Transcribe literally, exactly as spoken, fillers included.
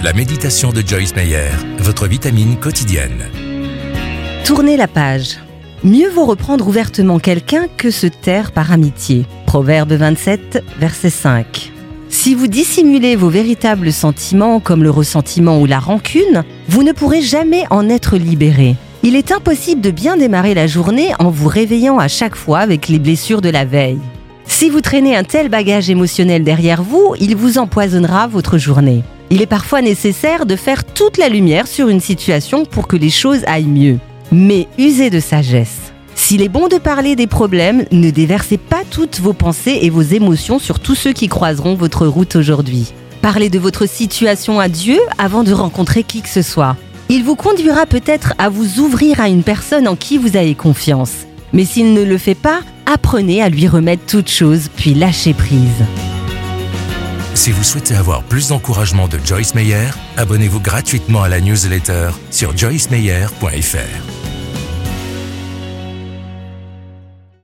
La méditation de Joyce Meyer, votre vitamine quotidienne. Tournez la page. Mieux vaut reprendre ouvertement quelqu'un que se taire par amitié. Proverbe vingt-sept, verset cinq. Si vous dissimulez vos véritables sentiments comme le ressentiment ou la rancune, vous ne pourrez jamais en être libéré. Il est impossible de bien démarrer la journée en vous réveillant à chaque fois avec les blessures de la veille. Si vous traînez un tel bagage émotionnel derrière vous, il vous empoisonnera votre journée. Il est parfois nécessaire de faire toute la lumière sur une situation pour que les choses aillent mieux. Mais usez de sagesse. S'il est bon de parler des problèmes, ne déversez pas toutes vos pensées et vos émotions sur tous ceux qui croiseront votre route aujourd'hui. Parlez de votre situation à Dieu avant de rencontrer qui que ce soit. Il vous conduira peut-être à vous ouvrir à une personne en qui vous avez confiance. Mais s'il ne le fait pas, apprenez à lui remettre toute chose, puis lâchez prise. Si vous souhaitez avoir plus d'encouragement de Joyce Meyer, abonnez-vous gratuitement à la newsletter sur joyce meyer point f r.